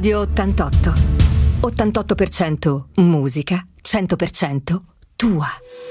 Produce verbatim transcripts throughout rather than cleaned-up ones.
Radio ottantotto. ottantotto per cento musica, cento per cento tua.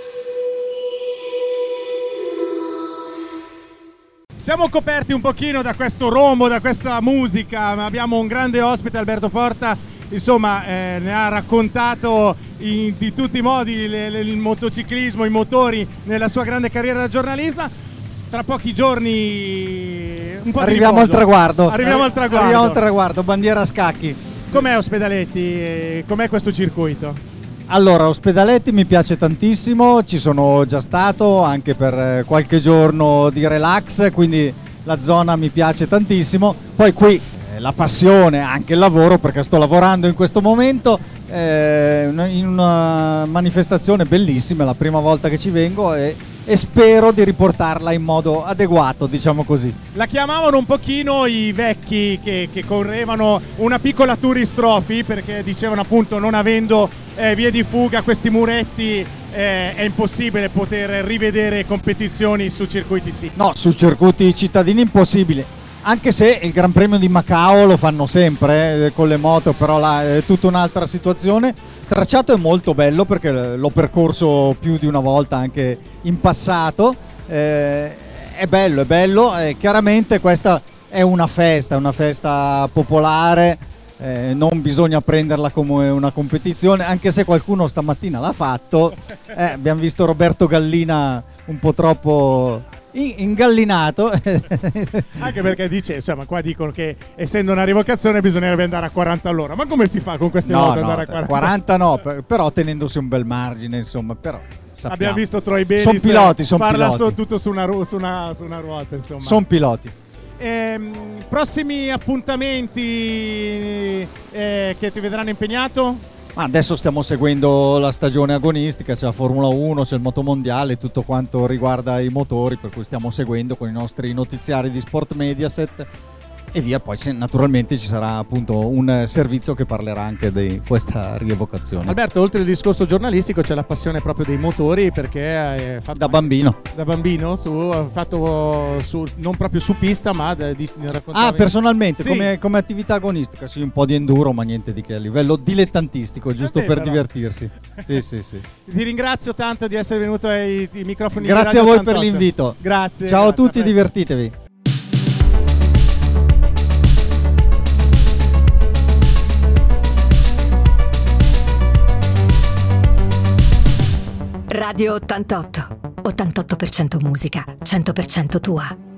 Siamo coperti un pochino da questo rombo, da questa musica, ma abbiamo un grande ospite, Alberto Porta. Insomma, eh, ne ha raccontato in, di tutti i modi le, le, il motociclismo, i motori nella sua grande carriera da giornalista. Tra pochi giorni un po' arriviamo di al traguardo. Arriviamo al traguardo. Arriviamo al traguardo, bandiera a scacchi. Com'è Ospedaletti? Com'è questo circuito? Allora, Ospedaletti mi piace tantissimo, ci sono già stato anche per qualche giorno di relax, quindi la zona mi piace tantissimo. Poi qui eh, la passione, anche il lavoro, perché sto lavorando in questo momento eh, in una manifestazione bellissima, è la prima volta che ci vengo e, e spero di riportarla in modo adeguato, diciamo così. La chiamavano un pochino i vecchi che, che correvano una piccola tourist trophy, perché dicevano appunto, non avendo eh, vie di fuga, questi muretti, eh, è impossibile poter rivedere competizioni su circuiti sì. No, su circuiti cittadini impossibile, anche se il Gran Premio di Macao lo fanno sempre eh, con le moto, però là è tutta un'altra situazione. Il tracciato è molto bello perché l'ho percorso più di una volta anche in passato, eh, è bello, è bello, eh, chiaramente questa è una festa, una festa popolare, eh, non bisogna prenderla come una competizione, anche se qualcuno stamattina l'ha fatto, eh, abbiamo visto Roberto Gallina un po' troppo ingallinato. Anche perché dice, insomma, qua dicono che essendo una rivocazione bisognerebbe andare a quaranta all'ora, ma come si fa con queste no, moto no, andare a quaranta? quaranta no, però tenendosi un bel margine, insomma, però sappiamo. Abbiamo visto Troy Bayliss son piloti, son farla piloti. Su, tutto su una, ru- su, una, su una ruota, insomma. Sono piloti. Ehm, prossimi appuntamenti eh, che ti vedranno impegnato? Ma adesso stiamo seguendo la stagione agonistica, c'è la Formula uno, c'è il motomondiale, tutto quanto riguarda i motori, per cui stiamo seguendo con i nostri notiziari di Sport Mediaset e via. Poi naturalmente ci sarà appunto un servizio che parlerà anche di questa rievocazione. Alberto, oltre al discorso giornalistico c'è la passione proprio dei motori, perché è fatto da bambino da bambino su, fatto su, non proprio su pista ma di, di ah personalmente, sì. come, come attività agonistica sì, un po' di enduro ma niente di che, a livello dilettantistico, giusto Vabbè, per però. divertirsi. Sì, sì, sì. Ti ringrazio tanto di essere venuto ai, ai microfoni. Grazie di a voi ottantotto. per l'invito. Grazie. Ciao a grazie, tutti, divertitevi. Radio ottantotto. ottantotto per cento musica, cento per cento tua.